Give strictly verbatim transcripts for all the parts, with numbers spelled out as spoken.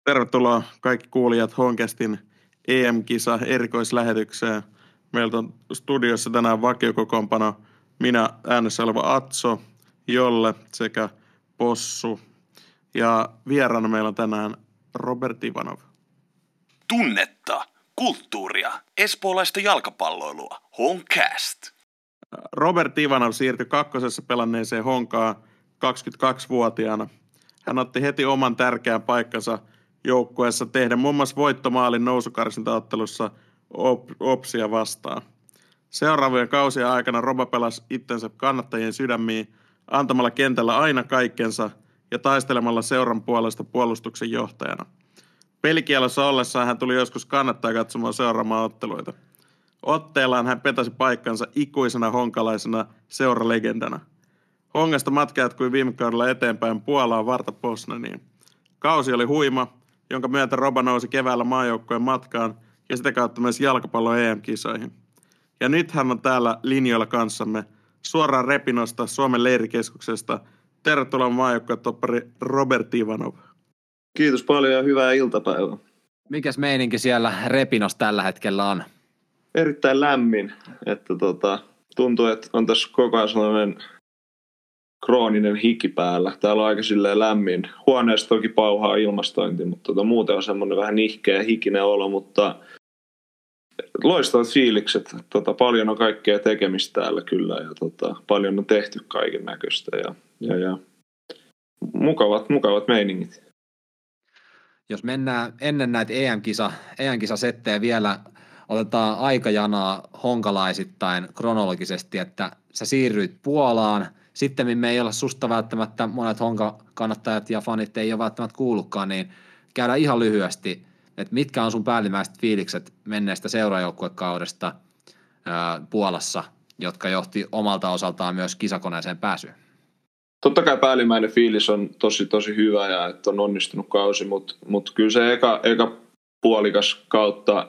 Tervetuloa kaikki kuulijat Honcastin E M-kisa erikoislähetykseen. Meiltä on studiossa tänään vakiokokoonpano minä äänessä oleva Atso, Jolle sekä Possu. Ja vieraana meillä on tänään Robert Ivanov. Tunnetta, kulttuuria, espoolaista jalkapalloilua, Honcast. Robert Ivanov siirtyi kakkosessa pelanneeseen Honkaan kaksikymmentäkaksivuotiaana. Hän otti heti oman tärkeän paikkansa joukkueessa tehden muun muassa voittomaalin nousukarsintaottelussa op- Opsia vastaan. Seuraavien kausien aikana Roba pelasi itsensä kannattajien sydämiin antamalla kentällä aina kaikkensa ja taistelemalla seuran puolesta puolustuksen johtajana. Pelikielossa ollessaan hän tuli joskus kannattaa katsomaan seuraamaan otteluita. Otteellaan hän petasi paikkansa ikuisena honkalaisena seuralegendana. Hongasta matka jatkui viime kaudella eteenpäin Puolaan Varta Poznaniin. Kausi oli huima, jonka myötä Roba nousi keväällä maajoukkojen matkaan ja sitä kautta myös jalkapallon E M-kisoihin. Ja nyt hän on täällä linjoilla kanssamme suoraan Repinosta Suomen leirikeskuksesta. Tervetuloa maajoukkuetoppari Robert Ivanov. Kiitos paljon ja hyvää iltapäivää. Mikäs meininki siellä Repinossa tällä hetkellä on? Erittäin lämmin, että tota, tuntuu, että on tässä koko ajan sellainen krooninen hiki päällä. Täällä on aika silleen lämmin. Huoneessa toki pauhaa ilmastointi, mutta tota, muuten on semmoinen vähän nihkeä ja hikinen olo, mutta loistavat fiilikset. Tota, paljon on kaikkea tekemistä täällä kyllä ja tota, paljon on tehty kaiken näköistä ja, ja, ja mukavat, mukavat meiningit. Jos mennään ennen näitä E M-kisa, E M-kisasettejä vielä, otetaan aikajanaa honkalaisittain kronologisesti, että sä siirryit Puolaan. Sitten me ei olla susta välttämättä, monet Honka-kannattajat ja fanit ei ole välttämättä kuullutkaan, niin käydään ihan lyhyesti, että mitkä on sun päällimmäiset fiilikset menneestä seurajoukkuekaudesta ää, Puolassa, jotka johti omalta osaltaan myös kisakoneeseen pääsyyn? Totta kai päällimmäinen fiilis on tosi tosi hyvä ja että on onnistunut kausi, mutta mut kyllä se eka, eka puolikas kautta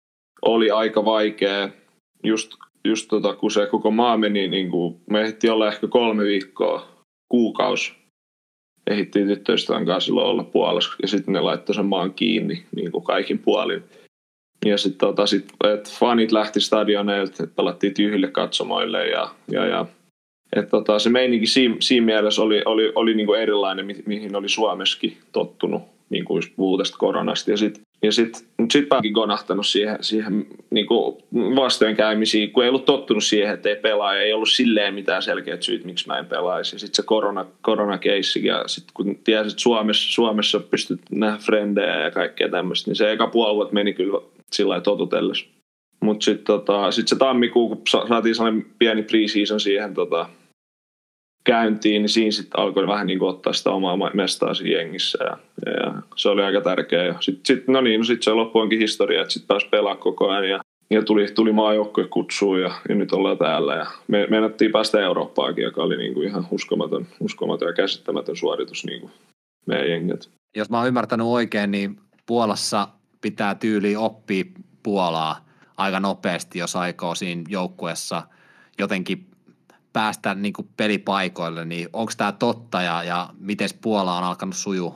oli aika vaikea, just, just tota, kun se koko maa meni, niin kuin, me ehdittiin olla ehkä kolme viikkoa, kuukausi. Ehdittiin tyttöystävän kanssa silloin olla Puolassa ja sitten ne laittoi sen maan kiinni niin kuin kaikin puolin. Ja sitten tota, sit, fanit lähti stadioneilta, että pelattiin tyhjille katsomoille ja, ja, ja et tota, se meininki siinä, siinä mielessä oli, oli, oli niinku erilainen, mi- mihin oli Suomessakin tottunut niinku just puhutesta koronasta. Ja sitten ja sit, sit pääkin konahtanut siihen, siihen niinku vastoinkäymisiin, kun ei ollut tottunut siihen, että ei pelaa ja ei ollut silleen mitään selkeät syyt, miksi mä en pelaisi. Ja sitten se korona, koronakeissi ja sitten kun tiesit, että Suomessa, Suomessa pystyt nähdä frendejä ja kaikkea tämmöistä, niin se eka puoli vuotta meni kyllä sillä lailla totutellessa. Mutta sitten tota, sit se tammikuu, kun saatiin sellainen pieni pre-season siihen tota, käyntiin, niin siinä sitten alkoi vähän niin kuin ottaa sitä omaa mestaa siinä jengissä ja, ja, ja se oli aika tärkeä. Sitten sit, no niin, no sitten se loppu onkin historia, että sitten pääsi pelaa koko ajan ja, ja tuli, tuli maajoukkue kutsuun ja, ja nyt ollaan täällä. Ja me meinattiin päästä Eurooppaakin, joka oli niin kuin ihan uskomaton, uskomaton ja käsittämätön suoritus niin kuin meidän jengiltä. Jos mä oon ymmärtänyt oikein, niin Puolassa pitää tyyliin oppia Puolaa aika nopeasti, jos aikoo siinä joukkueessa jotenkin päästä niin kuin pelipaikoille, niin onko tämä totta ja, ja miten Puola on alkanut sujua?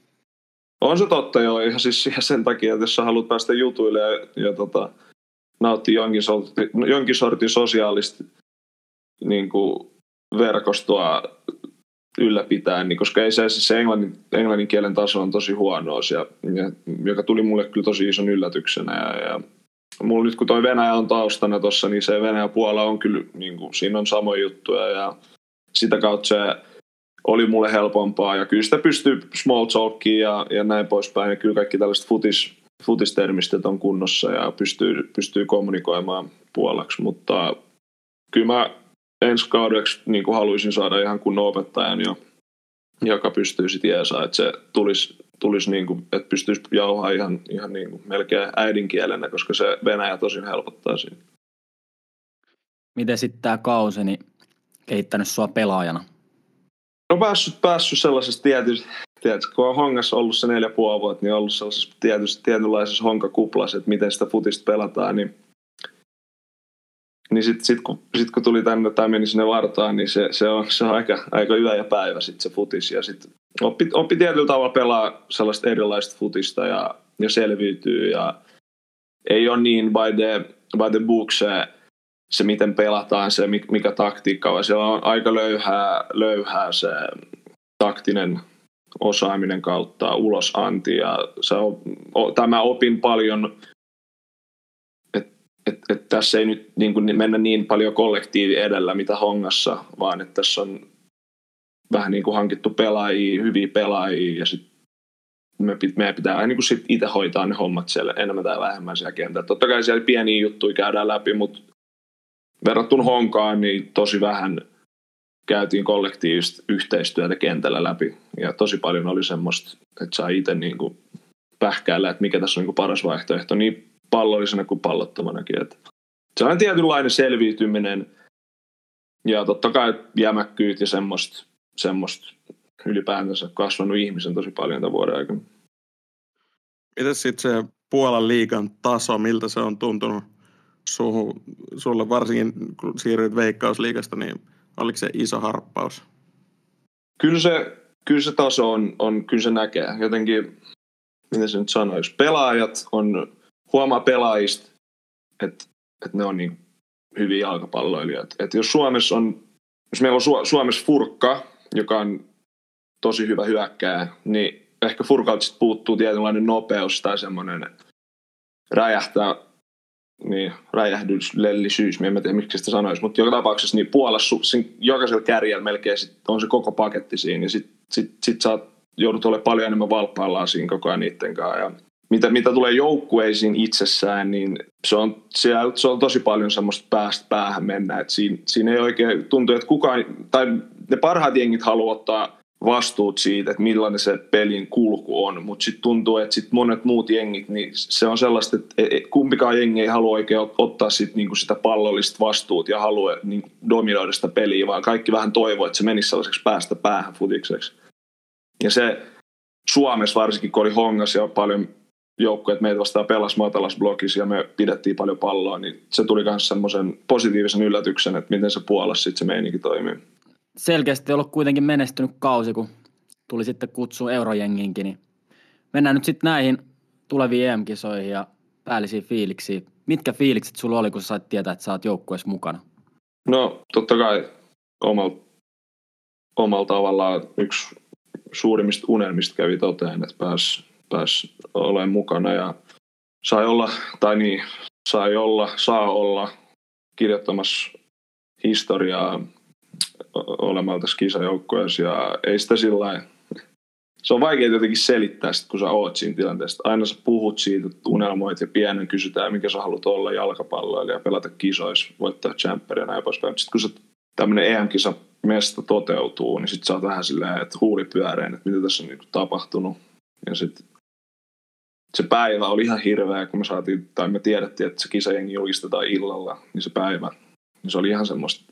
On se totta joo, ihan siis ihan sen takia, että jos sä haluat päästä jutuille ja, ja tota, nauttia jonkin, sorti, jonkin sortin sosiaalista niin kuin verkostoa ylläpitää, niin koska ei se, se englannin, englannin kielen taso on tosi huono, ja, ja, joka tuli mulle kyllä tosi ison yllätyksenä ja, ja mulla nyt kun toi Venäjä on taustana tuossa, niin se Venäjä Puola on kyllä, niin kuin, siinä on samoja juttuja ja sitä kautta se oli mulle helpompaa ja kyllä sitä pystyy small talkiin ja, ja näin poispäin ja kyllä kaikki tällaiset futis, futistermistöt on kunnossa ja pystyy, pystyy kommunikoimaan puolaksi, mutta kyllä mä ensi kaudeksi niin kuin haluaisin saada ihan kunnon opettajan, jo, joka pystyy sitten jeesaa, että se tulisi tulisi niin kuin, että pystyisi jauhaa ihan, ihan niin kuin melkein äidinkielenä, koska se Venäjä tosin helpottaa siinä. Miten sitten tämä kausi niin kehittänyt sua pelaajana? No päässyt, päässyt sellaisessa tietysti, tietysti, kun on Hongassa ollut se neljä puoli vuotta, niin on ollut sellaisessa tietysti, tietynlaisessa honkakuplassa, että miten sitä futista pelataan, niin, niin sitten sit, kun, sit, kun tuli tänne tai meni sinne Vartaan, niin se, se, on, se on aika, aika yö ja päivä sitten se futis, ja sitten oppi, oppi tietyllä tavalla pelaa sellaista erilaista futista ja, ja selviytyy ja ei ole niin by the, by the book se, se, miten pelataan, se mikä taktiikka, vaan siellä on aika löyhää, löyhää se taktinen osaaminen kautta ulosanti ja se on, tämä opin paljon, että et, et tässä ei nyt niin kuin mennä niin paljon kollektiivi edellä mitä Hongassa, vaan että tässä on vähän niin kuin hankittu pelaajia, hyviä pelaajia ja sitten me, meidän pitää niin kuin sit itse hoitaa ne hommat siellä enemmän tai vähemmän siellä kentällä. Totta kai siellä pieniä juttuja käydään läpi, mutta verrattuna Honkaan niin tosi vähän käytiin kollektiivista yhteistyötä kentällä läpi ja tosi paljon oli semmoista, että saa itse niin kuin pähkäillä, että mikä tässä on niin kuin paras vaihtoehto niin pallollisena kuin pallottomanakin. Että se on tietynlainen selviytyminen ja totta kai jämäkkyyt ja semmoista, semmoista ylipäätänsä kasvanut ihmisen tosi paljon tämän vuoden aikana. Mites sitten se Puolan liigan taso, miltä se on tuntunut suhu, sulle varsinkin kun siirryit Veikkausliigasta, niin oliko se iso harppaus? Kyllä se, kyllä se taso on, on, kyllä se näkee. Jotenkin, miten se nyt sanoisi, pelaajat on, huomaa pelaajista, että, että ne on niin hyviä jalkapalloilijoita. Että jos Suomessa on, jos meillä on Su- Suomessa Furkka, joka on tosi hyvä hyökkääjä, niin ehkä Furkalta sitten puuttuu tietynlainen nopeus tai semmoinen räjähtää, niin räjähdyslellisyys, en tiedä miksi sitä sanoisi, mutta joka tapauksessa niin Puolassa jokaisella kärjellä melkein sit on se koko paketti siinä, ja sitten sit, sit sä joudut olemaan paljon enemmän valppaillaan siinä koko ajan niiden kanssa. Ja mitä, mitä tulee joukkueisiin itsessään, niin se on, siellä, se on tosi paljon semmoista päästä päähän mennä, että siinä, siinä ei oikein tuntuu, että kukaan, tai ne parhaat jengit haluaa ottaa vastuut siitä, että millainen se pelin kulku on, mutta sitten tuntuu, että sit monet muut jengit, niin se on sellaista, että kumpikaan jengi ei halua oikein ottaa sit niinku sitä pallollista vastuut ja halua niinku dominoida sitä peliä, vaan kaikki vähän toivoo, että se menisi sellaiseksi päästä päähän futikseksi. Ja se Suomessa varsinkin, kun oli Hongas ja paljon joukkoja, että meitä vastaan pelasi matalassa blokissa ja me pidettiin paljon palloa, niin se tuli myös semmoisen positiivisen yllätyksen, että miten se Puolassa sitten se meininki toimii. Selkeästi ollut kuitenkin menestynyt kausi, kun tuli sitten kutsua eurojengiinkin, niin mennään nyt sitten näihin tuleviin E M-kisoihin ja päällisiin fiiliksiin. Mitkä fiilikset sulla oli, kun sä sait tietää, että sä oot joukkueessa mukana? No totta kai omalla, omalla tavallaan yksi suurimmista unelmista kävi toteen, että pääsi pääs olemaan mukana ja sai olla, tai niin, sai olla, saa olla kirjoittamassa historiaa olemaan tässä kisajoukkueessa ja ei sitä sillä se on vaikea jotenkin selittää sit, kun sä oot siinä tilanteessa. Aina sä puhut siitä, että unelmoit ja pienen kysytään, mikä sä haluat olla jalkapalloilla ja pelata kisoissa, voittaa champeria ja näin poispäin. Sitten kun se tämmöinen E M-kisa mesta toteutuu, niin sit sä oot vähän silleen, että huuli pyöreän, että mitä tässä on niin tapahtunut. Ja sit se päivä oli ihan hirveä, kun me saatiin, tai me tiedettiin, että se kisajengi julkistetaan illalla, niin se päivä, niin se oli ihan semmoista.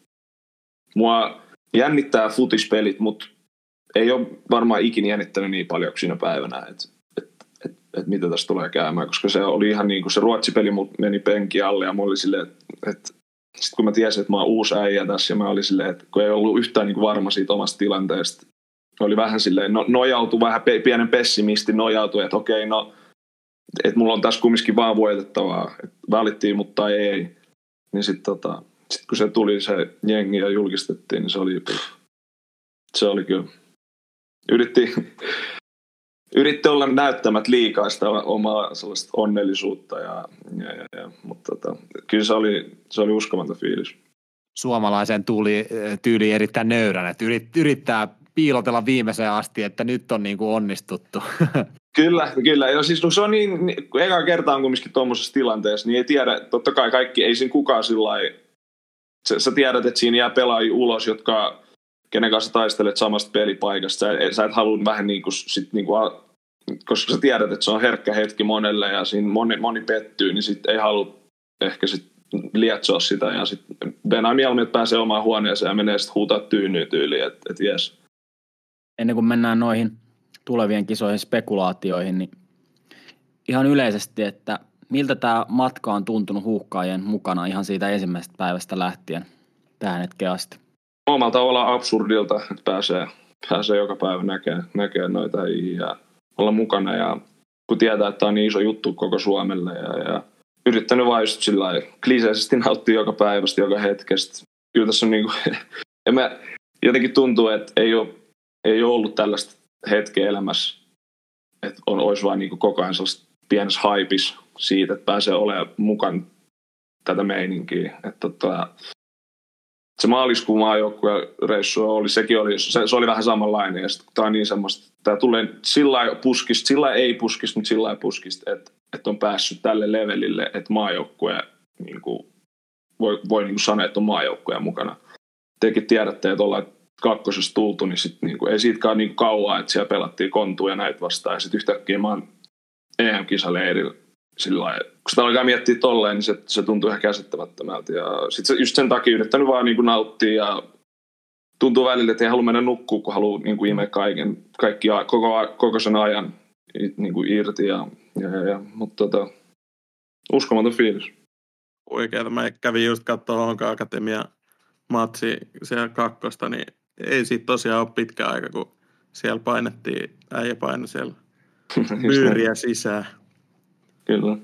Mua jännittää futispelit, mutta ei ole varmaan ikinä jännittänyt niin paljon kuin siinä päivänä, että et, et, et mitä tässä tulee käymään, koska se oli ihan niin kuin se Ruotsi-peli meni penkin alle ja mä olin silleen, että et, sitten kun mä tiesin, että mä oon uusi äijä tässä ja mä olin silleen, että kun ei ollut yhtään niin kuin varma siitä omasta tilanteesta, oli vähän silleen, no, nojautui vähän pe- pienen pessimisti, nojautui, että okei, no, että mulla on tässä kumminkin vaan voitettavaa, että valittiin, mutta ei, niin sitten tota, sit kun se tuli se jengi ja julkistettiin, niin se oli, se oli kyllä, yritti, yritti olla näyttämät liikaa sitä omaa sellaista onnellisuutta, ja, ja, ja, ja, mutta tota, kyllä se oli, se oli uskomaton fiilis. Suomalaisen tuli tyyli erittäin nöyrän, että yrittää piilotella viimeiseen asti, että nyt on niin kuin onnistuttu. Kyllä, kyllä. Ja siis no se on niin, niin eka kertaa on kumminkin tuommoisessa tilanteessa, niin ei tiedä, totta kai kaikki, ei siinä kukaan sillai, sä, sä tiedät, että siinä jää pelaajia ulos, jotka, kenen kanssa taistelet samasta pelipaikasta. Sä, sä et halua vähän niin kuin, sit niin kuin, koska sä tiedät, että se on herkkä hetki monelle ja siinä moni, moni pettyy, niin sit ei halua ehkä sit lietsoa sitä ja sitten venää mieluummin, että pääsee omaan huoneeseen ja menee sitten huutaa tyynyyn tyyliin, että et jes. Ennen kuin mennään noihin tulevien kisoihin spekulaatioihin, niin ihan yleisesti, että miltä tämä matka on tuntunut Huuhkajien mukana ihan siitä ensimmäisestä päivästä lähtien tähän hetkeen asti? Omalla tavallaan absurdilta, että pääsee, pääsee joka päivä näkee, näkee noita ja olla mukana ja kun tietää, että tämä on niin iso juttu koko Suomelle ja, ja yrittänyt vaan just sillä lailla kliseisesti nauttia joka päivästä, joka hetkestä. Kyllä tässä on niin kuin, ja mä jotenkin tuntuu, että ei ole, ei ole ollut tällaista hetkeä elämässä, että on, olisi vaan niin kuin koko ajan sellaista pienessä haipissa siitä, että pääsee olemaan mukaan tätä meininkiä. Että tota, se maaliskuun maajoukkueen reissu oli, sekin oli, se, se oli vähän samanlainen. Ja sitten tämä on niin semmoista, tämä tulee sillä puskista, sillä ei puskista, mutta sillä puskista, että, että on päässyt tälle levelille, että maajoukkue niin kuin, voi, voi niin kuin sanoa, että on maajoukkueen mukana. Tekin tiedätte, että ollaan kakkosessa tultu, niin, sit, niin kuin, ei siitäkään niin kauan, että siellä pelattiin kontua ja näitä vastaan. Ja sitten yhtäkkiä mä oon E M-kisaleirillä sillä lailla. Kun sitä alkaa miettiä tolleen, niin se, se tuntuu ihan käsittämättömältä. Ja sitten just sen takia yrittänyt vaan niin kuin nauttia ja tuntuu välillä, että ei halua mennä nukkua, kun haluaa niin kuin imeä kaiken, kaikki, koko, koko sen ajan niin kuin irti. Ja, ja, ja, ja. Mutta tota, uskomaton fiilis. Oikeeta. Mä kävin just katsoa Honka Akatemia matsi siellä kakkosta, niin ei siitä tosiaan ole pitkä aika, kun siellä painettiin, äijä paino siellä myyriä sisään. Kyllä.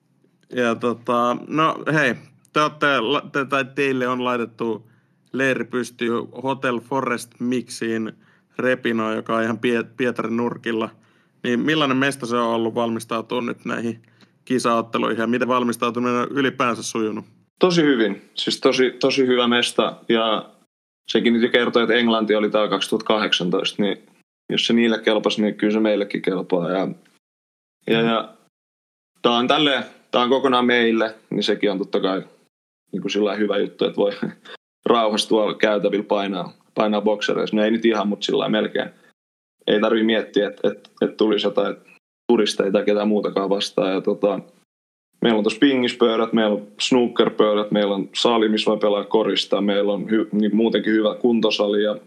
Ja tota, no hei, te olette, te, tai teille on laitettu leiri pystyy Hotel Forest Mixiin Repinoon, joka on ihan Pietarin nurkilla. Niin millainen mesta se on ollut valmistautua nyt näihin kisaotteluihin ja miten valmistautuminen on ylipäänsä sujunut? Tosi hyvin. Siis tosi, tosi hyvä mesta ja sekin nyt jo kertoi, että Englanti oli täällä kaksituhattakahdeksantoista, niin jos se niille kelpasi, niin kyllä se meillekin kelpaa. Ja, ja, ja tämä on tälleen, tämä on kokonaan meille, niin sekin on totta kai niin kuin sillä hyvä juttu, että voi rauhassa tuolla käytävillä painaa, painaa boksereissa. No ei nyt ihan, mutta sillä melkein. Ei tarvitse miettiä, että, että, että tulisi jotain turisteja tai ketään muutakaan vastaan. Ja tota, meillä on tuossa pingispöydät, meillä on snookerpöydät, meillä on sali, missä voi pelaa korista, meillä on hy, niin muutenkin hyvä kuntosali ja,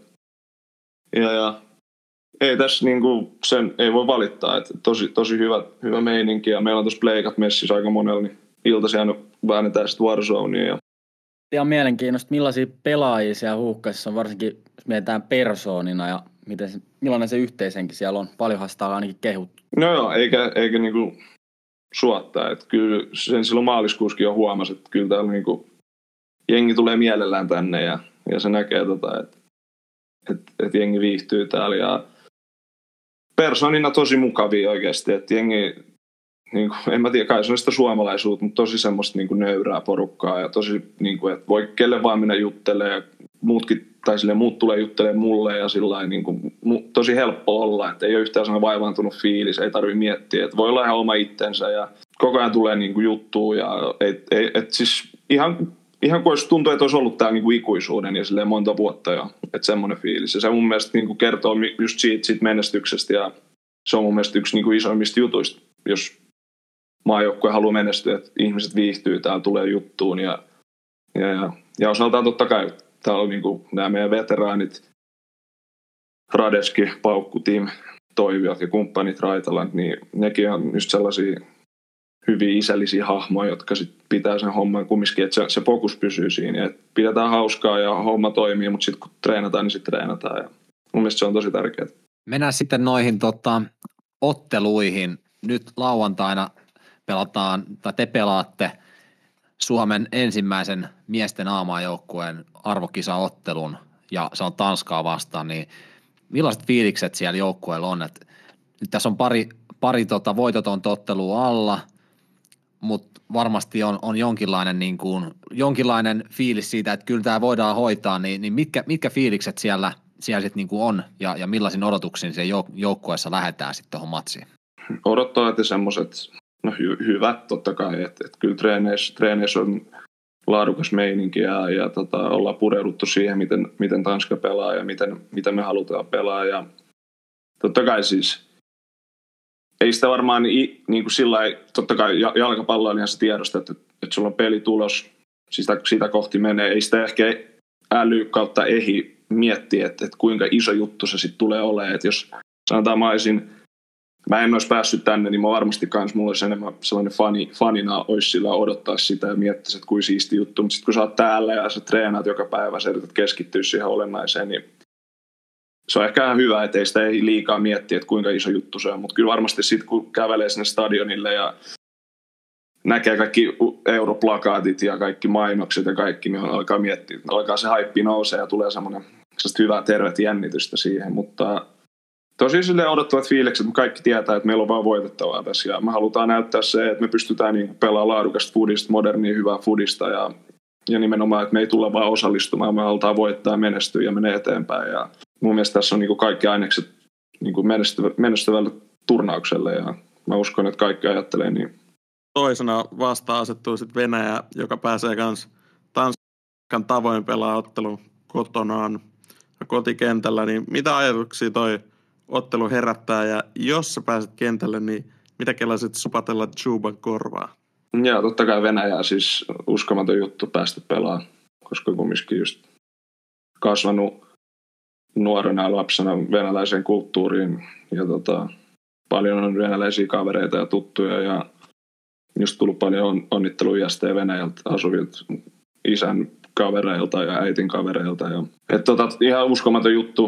ja, ja ei tässä niinku sen ei voi valittaa, että tosi, tosi hyvä, hyvä meininki ja meillä on tuossa pleikat messissä aika monella, niin iltaisin aina väännetään sitten Warzonea. Ja ihan mielenkiintoista, millaisia pelaajia siellä Huuhkassa on, varsinkin jos mietitään persoonina ja miten se, millainen se yhteishenki siellä on. Paljonhan sitä on ainakin kehuttu. No joo, eikä, eikä niinku suottaa. Että kyllä sen silloin maaliskuuskin jo huomasi, että kyllä täällä niinku jengi tulee mielellään tänne ja, ja se näkee, tota, että et, et jengi viihtyy täällä. Ja persoonina tosi mukavia oikeasti, että jengi, niinku, en mä tiedä, kai se on sitä suomalaisuutta, mutta tosi semmoista niinku nöyrää porukkaa ja tosi, niinku, että voi kelle vaan mennä juttelemaan ja muutkin tai silleen muut tulee juttelemaan mulle ja sillain niin kuin, tosi helppo olla, että ei ole yhtään sellainen vaivaantunut fiilis, ei tarvitse miettiä, että voi olla ihan oma itsensä ja koko ajan tulee niin kuin juttua ja ei, ei, et siis ihan, ihan kuin olisi tuntuu, että olisi ollut täällä niin kuin ikuisuuden ja silleen monta vuotta jo, että semmoinen fiilis ja se mun mielestä niin kuin kertoo just siitä, siitä menestyksestä ja se on mun mielestä yksi niin kuin isoimmista jutuista, jos maajoukkue haluaa menestyä, että ihmiset viihtyy, täällä tulee juttuun ja, ja, ja, ja osaltaan totta kai täällä on niin kuin nämä meidän veteraanit, Radeski, Paukku, Tim, Toiviot ja kumppanit Raitaland, niin nekin on just sellaisia hyviä isällisiä hahmoja, jotka sit pitää sen homman kumminkin, että se, se fokus pysyy siinä. Et pidetään hauskaa ja homma toimii, mutta sitten kun treenataan, niin sitten treenataan. Ja mun mielestä se on tosi tärkeää. Mennään sitten noihin tota, otteluihin. Nyt lauantaina pelataan, tai te pelaatte Suomen ensimmäisen miesten A-maajoukkueen arvokisaottelun, ja se on Tanskaa vastaan, niin millaiset fiilikset siellä joukkueella on? Et nyt tässä on pari, pari tota voitotonta ottelua alla, mutta varmasti on, on jonkinlainen, niin kuin, jonkinlainen fiilis siitä, että kyllä tämä voidaan hoitaa, niin, niin mitkä, mitkä fiilikset siellä, siellä sit niin kuin on, ja, ja millaisin odotuksin siellä jouk- joukkueessa lähdetään sitten tuohon matsiin? Odottaa, että semmoiset no hy- hyvät totta kai, että et kyllä treeneissä, treeneissä on laadukas meininki ja, ja tota, ollaan pureuduttu siihen, miten, miten Tanska pelaa ja miten, miten me halutaan pelaa. Ja totta kai siis ei sitä varmaan niin kuin sillä lailla, totta kai jalkapallo on ihan se tiedosta, että, että sulla on pelitulos, sitä, sitä kohti menee. Ei sitä ehkä äly kautta ehi miettiä, että, että kuinka iso juttu se sitten tulee olemaan. Että jos sanotaan mä olisin Mä en olisi päässyt tänne, niin mä varmasti kans mulla olisi enemmän sellainen fani, fanina olisi sillä odottaa sitä ja miettiä, että kuin siisti juttu. Mutta sitten kun sä oot täällä ja sä treenaat joka päivä, sä yrität keskittyä siihen olennaiseen, niin se on ehkä hyvä, että ei sitä ei liikaa miettiä, että kuinka iso juttu se on, mutta kyllä varmasti sitten kun kävelee sinne stadionille ja näkee kaikki europlakaatit ja kaikki mainokset ja kaikki, niin alkaa miettiä, alkaa se haippi nousee ja tulee semmoinen hyvää terveet jännitystä siihen, mutta tosi silleen odottavat fiilikset, että kaikki tietää, että meillä on vaan voitettavaa tässä ja me halutaan näyttää se, että me pystytään niin pelaamaan laadukasta fudista, modernia, hyvää fudista ja, ja nimenomaan, että me ei tulla vaan osallistumaan, me halutaan voittaa, menestyä ja mennä eteenpäin ja mun mielestä tässä on niin kaikki ainekset niin menestyvälle turnaukselle ja mä uskon, että kaikki ajattelee niin. Toisena vastaan asettuu sitten Venäjä, joka pääsee myös Tanskan tavoin pelaa ottelun kotonaan kotikentällä, niin mitä ajatuksia toi ottelu herättää ja jos sä pääset kentälle, niin mitä kellaisit supatella Džuban korvaa? Joo, totta kai Venäjää siis uskomaton juttu päästä pelaamaan, koska kumminkin just kasvanut nuorena lapsena venäläiseen kulttuuriin ja tota, paljon on venäläisiä kavereita ja tuttuja ja just tullut paljon onnitteluiästä ja Venäjältä asuvilta isän kavereilta ja äitin kavereilta. Ja, et tota, ihan uskomaton juttu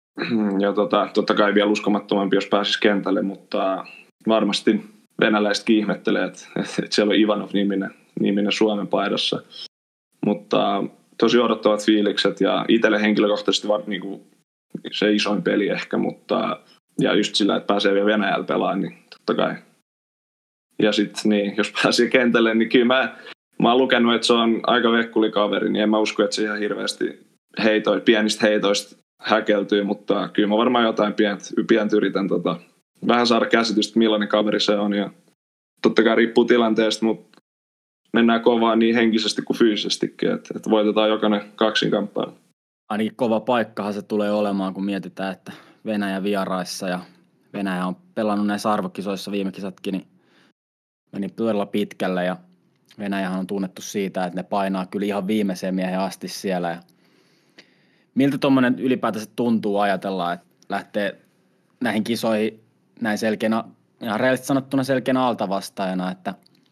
ja tota, totta kai vielä uskomattomampi, jos pääsisi kentälle, mutta varmasti venäläisetkin ihmettelee, että, että siellä on Ivanov-niminen niminen Suomen paidassa. Mutta tosi odottavat fiilikset ja itselle henkilökohtaisesti var, niin kuin se isoin peli ehkä, mutta ja just sillä, että pääsee vielä Venäjällä pelaamaan, niin totta kai. Ja sitten niin, jos pääsee kentälle, niin kyllä mä, mä oon lukenut, että se on aika vekkulikaveri, niin en mä usko, että se ihan hirveästi heitoi, pienistä heitoista häkeltyy, mutta kyllä mä varmaan jotain pientä, pientä yritän tota, vähän saada käsitystä, millainen kaveri se on. Ja totta kai riippuu tilanteesta, mutta mennään kovaa niin henkisesti kuin fyysisestikin, että, että voitetaan jokainen kaksinkamppailu. Ainakin kova paikkahan se tulee olemaan, kun mietitään, että Venäjä vieraissa ja Venäjä on pelannut näissä arvokisoissa viime kisatkin, niin meni todella pitkälle ja Venäjähän on tunnettu siitä, että ne painaa kyllä ihan viimeiseen miehen asti siellä. Ja miltä tuommoinen ylipäätänsä tuntuu ajatella, että lähtee näihin kisoihin näin selkeänä, ihan reellisesti sanottuna selkeänä altavastaajana, että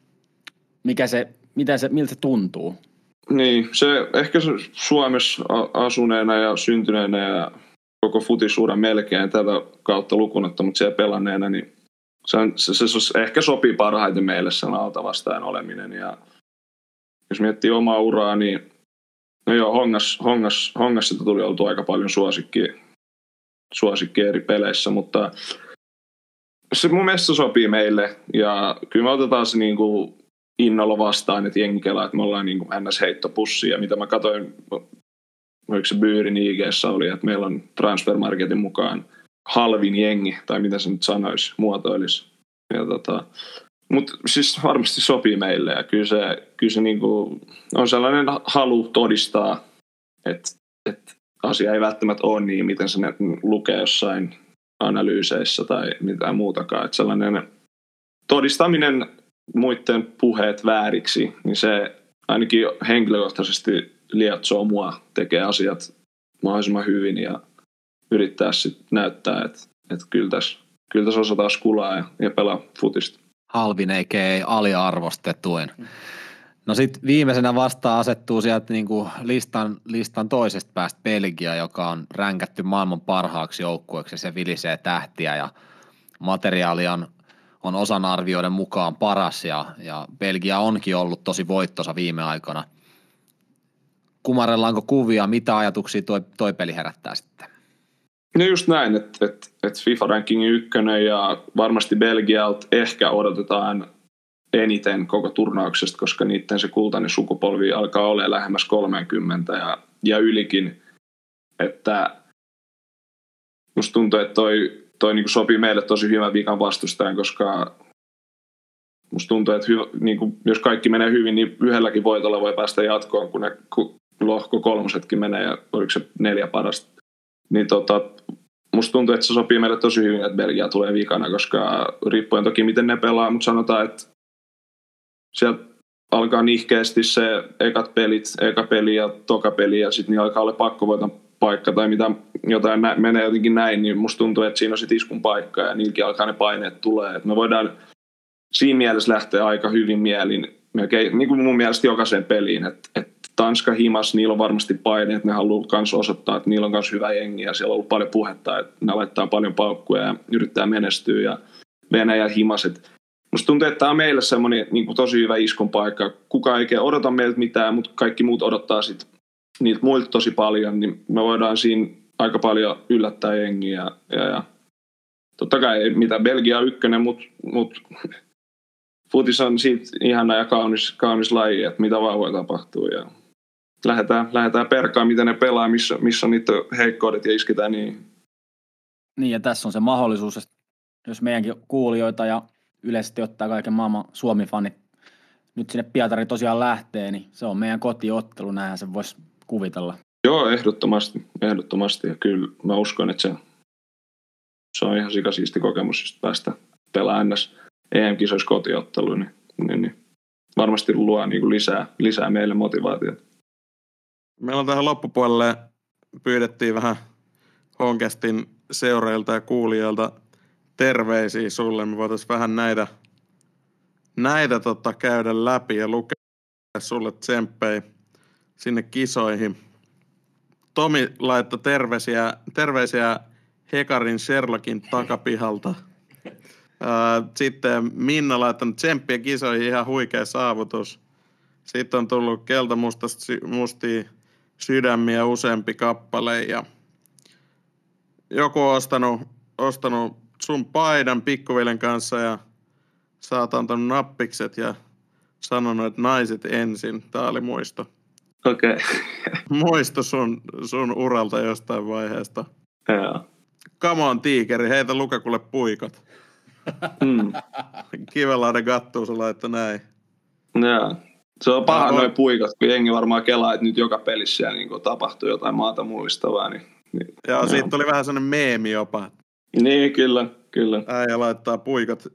mikä se, mitä se, miltä se tuntuu? Niin, se ehkä se Suomessa asuneena ja syntyneenä ja koko futisuuden melkein tätä kautta lukunotta, mutta siellä pelanneena, niin se, on, se, se, se ehkä sopii parhaiten meille sen altavastaajan oleminen. Ja jos miettii omaa uraa, niin no joo, Hongas, Hongas, Hongas tuli oltu aika paljon suosikkia, suosikkia eri peleissä, mutta se mun mielestä sopii meille ja kyllä me otetaan se niin kuin innolla vastaan, että jengi kelaa, että me ollaan niin kuin N S-heittopussi ja mitä mä katsoin, oliko se Byyrin I G:ssä oli, että meillä on Transfermarketin mukaan halvin jengi, tai mitä se nyt sanoisi, muotoilisi. Tota, mutta siis varmasti sopii meille ja kyllä se, kyllä se niinku on sellainen halu todistaa, että, että asia ei välttämättä ole niin, miten se lukee jossain analyyseissä tai mitään muutakaan. Että sellainen todistaminen muiden puheet vääriksi, niin se ainakin henkilökohtaisesti lietsoo mua, tekee asiat mahdollisimman hyvin ja yrittää sitten näyttää, että, että kyllä tässä, kyllä tässä osataan skulaa ja, ja pelaa futista. Halvin eikä aliarvostetuin. No sitten viimeisenä vastaan asettuu sieltä niinku listan, listan toisesta päästä Belgia, joka on ränkätty maailman parhaaksi joukkueeksi ja se vilisee tähtiä ja materiaali on, on osan arvioiden mukaan paras ja, ja Belgia onkin ollut tosi voittosa viime aikoina. Kumarellaanko kuvia, mitä ajatuksia toi, toi peli herättää sitten? No just näin, että, että, että FIFA-rankingin ykkönen ja varmasti Belgialta ehkä odotetaan eniten koko turnauksesta, koska niiden se kultainen sukupolvi alkaa olemaan lähemmäs kolmekymmentä ja, ja ylikin. Että musta tuntuu, että toi, toi niin kuin sopii meille tosi hyvän viikan vastustajan, koska musta tuntuu, että hyvä, niin kuin, jos kaikki menee hyvin, niin yhdelläkin voitolla voi päästä jatkoon, kun ne kun lohko kolmosetkin menee ja oliko se neljä parasta. Niin tota, musta tuntuu, että se sopii meille tosi hyvin, että Belgia tulee vikana, koska riippuen toki miten ne pelaa, mutta sanotaan, että sieltä alkaa nihkeästi se ekat pelit, eka peli ja toka peli ja sitten niin alkaa olla pakkovoiton paikka tai mitä jotain nä- menee jotenkin näin, niin musta tuntuu, että siinä on sitten iskun paikka ja niilläkin alkaa ne paineet tulee. Et me voidaan siinä mielessä lähteä aika hyvin mielin, melkein, niin kuin mun mielestä jokaiseen peliin, että et Tanska himas, niillä on varmasti paine, että ne haluaa myös osoittaa, että niillä on myös hyvä jengi ja siellä on ollut paljon puhetta, että ne laittaa paljon paukkuja ja yrittää menestyä ja Venäjä himas. Et musta tuntuu, että tämä on meille semmoinen niin kuin tosi hyvä iskun paikka. Kukaan ei odota meiltä mitään, mutta kaikki muut odottaa sit niiltä muilta tosi paljon, niin me voidaan siinä aika paljon yllättää jengiä. Ja, ja, ja. Totta kai ei mitään Belgia on ykkönen, mutta mut, futis on siitä ihana ja kaunis, kaunis laji, että mitä vaan voi tapahtua. Ja lähdetään, lähdetään perkaan, miten ne pelaa, missä, missä on niitä heikkoudet ja isketään niin. Niin ja tässä on se mahdollisuus, että jos meidänkin kuulijoita ja yleisesti ottaa kaiken maailman Suomi-fanit nyt sinne Pietari tosiaan lähtee, niin se on meidän kotiottelu, näinhän se voisi kuvitella. Joo, ehdottomasti, ehdottomasti ja kyllä mä uskon, että se, se on ihan sikasiisti kokemus, jos päästä pelaamaan ennäs E M-kisoissa kotiotteluun, niin, niin, niin varmasti luo niin kuin lisää, lisää meille motivaatiota. Meillä on tähän loppupuolelle pyydettiin vähän Honcastin seuraajilta ja kuulijoilta terveisiä sulle. Me voitaisiin vähän näitä, näitä tota, käydä läpi ja lukea sulle tsemppejä sinne kisoihin. Tomi laittoi terveisiä, terveisiä Hekarin Sherlockin takapihalta. Sitten Minna laittanut tsemppiä kisoihin, ihan huikea saavutus. Sitten on tullut keltamustia sydämiä useampi kappale ja joku on ostanut, ostanut sun paidan pikkuvillen kanssa ja sä oot antanut nappikset ja sanonut, että naiset ensin. Tää oli muisto. Okei. Okay. Muisto sun, sun uralta jostain vaiheesta. Joo. Come on, tiikeri, heitä Lukakulle puikot. Mm. Kivelahden Gattuusa laittoi näin. Joo. Se on paha on... noin puikot, kun jengi varmaan kelaa, että nyt joka pelissä siellä niin tapahtuu jotain maata mullistavaa. Niin, niin, joo, joo, siitä tuli vähän sellainen meemi jopa. Niin, kyllä, kyllä. Äijä laittaa puikot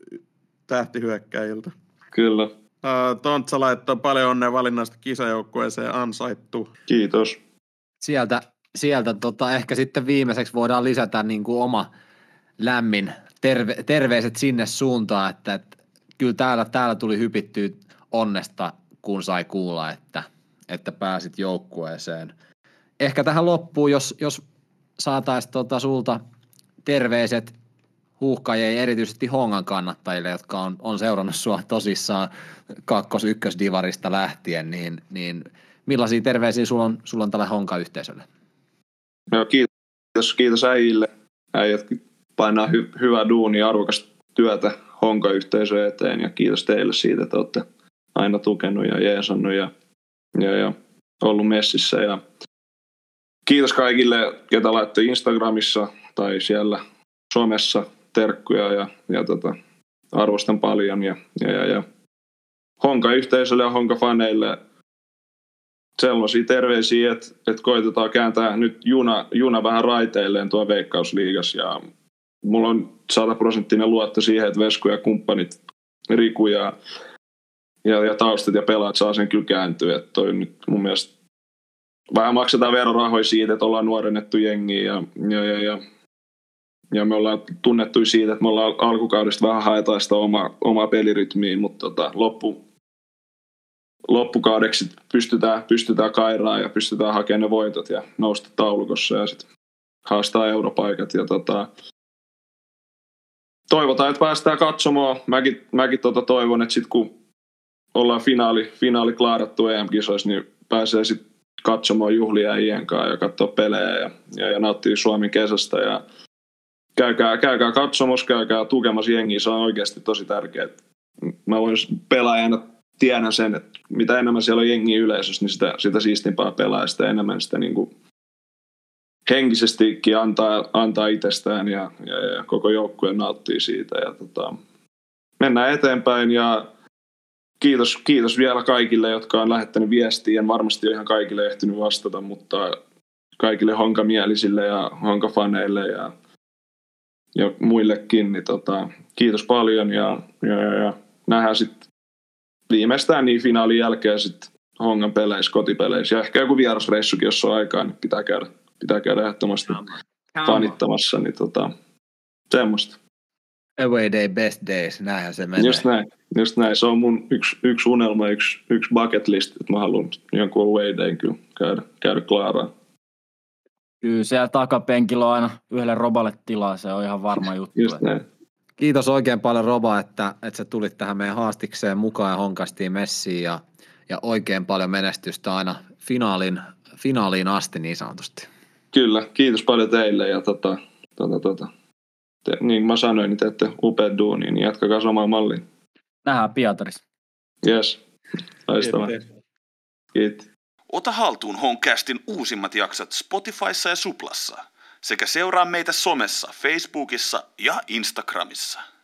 tähtihyökkäjiltä. Kyllä. Uh, Tontsa laittoi paljon onnea valinnasta kisajoukkueeseen, ansaittu. Kiitos. Sieltä, sieltä tota, ehkä sitten viimeiseksi voidaan lisätä niin kuin oma lämmin terve, terveiset sinne suuntaan, että, että kyllä täällä, täällä tuli hypittyä onnesta, kun sai kuulla, että, että pääsit joukkueeseen. Ehkä tähän loppuun, jos, jos saataisiin tota sulta terveiset huuhkajien, erityisesti Hongan kannattajille, jotka on, on seurannut sua tosissaan kakkos-ykkösdivarista lähtien, niin, niin millaisia terveisiä sulla on, sulla on tälle Honka-yhteisölle? Joo, kiitos, kiitos äijille. Äijät painaa hy, hyvää duunia, arvokasta työtä Honka-yhteisön eteen ja kiitos teille siitä, että olette aina tukenut ja jeesannut ja, ja, ja ollut messissä. Ja kiitos kaikille, ketä laittoi Instagramissa tai siellä somessa terkkuja ja, ja tota, arvostan paljon ja, ja, ja, ja Honka-yhteisölle ja Honka-faneille sellaisia terveisiä, että, että koitetaan kääntää nyt juna, juna vähän raiteilleen tuo Veikkausliigassa ja mulla on sataprosenttinen luotto siihen, että Vesku ja kumppanit, Riku ja, ja, ja taustat ja pelaat saa sen kyllä kääntyä, että toi nyt mun mielestä vähän maksetaan verorahoja siitä, että ollaan nuorennettu jengiä ja, ja, ja, ja Ja me ollaan tunnettu siitä, että me ollaan alkukaudesta vähän haetaan sitä omaa, omaa pelirytmiä, mutta tota, loppu, loppukaudeksi pystytään, pystytään kairaan ja pystytään hakemaan ne voitot ja nousta taulukossa ja sitten haastaa europaikat. Ja tota, toivotaan, että päästään katsomaan. Mäkin, mäkin tota toivon, että sitten kun ollaan finaali, finaali klaarattu E M-kisoissa, niin pääsee sitten katsomaan juhlia äijien kanssa ja katsoa pelejä ja, ja, ja nauttia Suomen kesästä ja Käykää, käykää katsomassa, käykää tukemassa jengiä, se on oikeasti tosi tärkeää. Mä voin pelaajana tiedän sen, että mitä enemmän siellä on jengiä yleisössä, niin sitä, sitä siistimpää pelaa ja sitä enemmän sitä niin kuin henkisestikin antaa, antaa itsestään ja, ja, ja koko joukkue nauttii siitä. Ja tota, mennään eteenpäin ja kiitos, kiitos vielä kaikille, jotka on lähettänyt viestiä. En varmasti ole ihan kaikille ehtinyt vastata, mutta kaikille honkamielisille ja honkafaneille ja ja muillekin, niin tota, kiitos paljon ja, ja, ja, ja nähdään sitten viimeistään niin finaalin jälkeen sitten Hongan peleissä, kotipeleissä ja ehkä joku vierasreissukin, jos on aikaa, niin pitää käydä, pitää käydä ehdottomasti fanittamassa, niin tota, semmoista. Away day, best days, näinhän se menee. Just näin, just näin. Se on mun yksi, yksi unelma, yksi, yksi bucket list, että mä haluan jonkun away dayn kyllä käydä, käydä klaaraan. Kyllä siellä takapenkillä on aina yhdelle Roballe tilaa, se on ihan varma juttu. Just näin. Kiitos oikein paljon Roba, että, että sä tulit tähän meidän haastikseen mukaan ja honkastiin messiin ja, ja oikein paljon menestystä aina finaalin, finaaliin asti niin sanotusti. Kyllä, kiitos paljon teille ja tota, tota, tota. Te, niin kuin mä sanoin, niin teette upeat duunia, niin jatkakaa samaan malliin. Nähdään Pietarissa. Yes, loistavaa. Kiitos. Ota haltuun Honcastin uusimmat jaksot Spotifyssa ja Suplassa sekä seuraa meitä somessa, Facebookissa ja Instagramissa.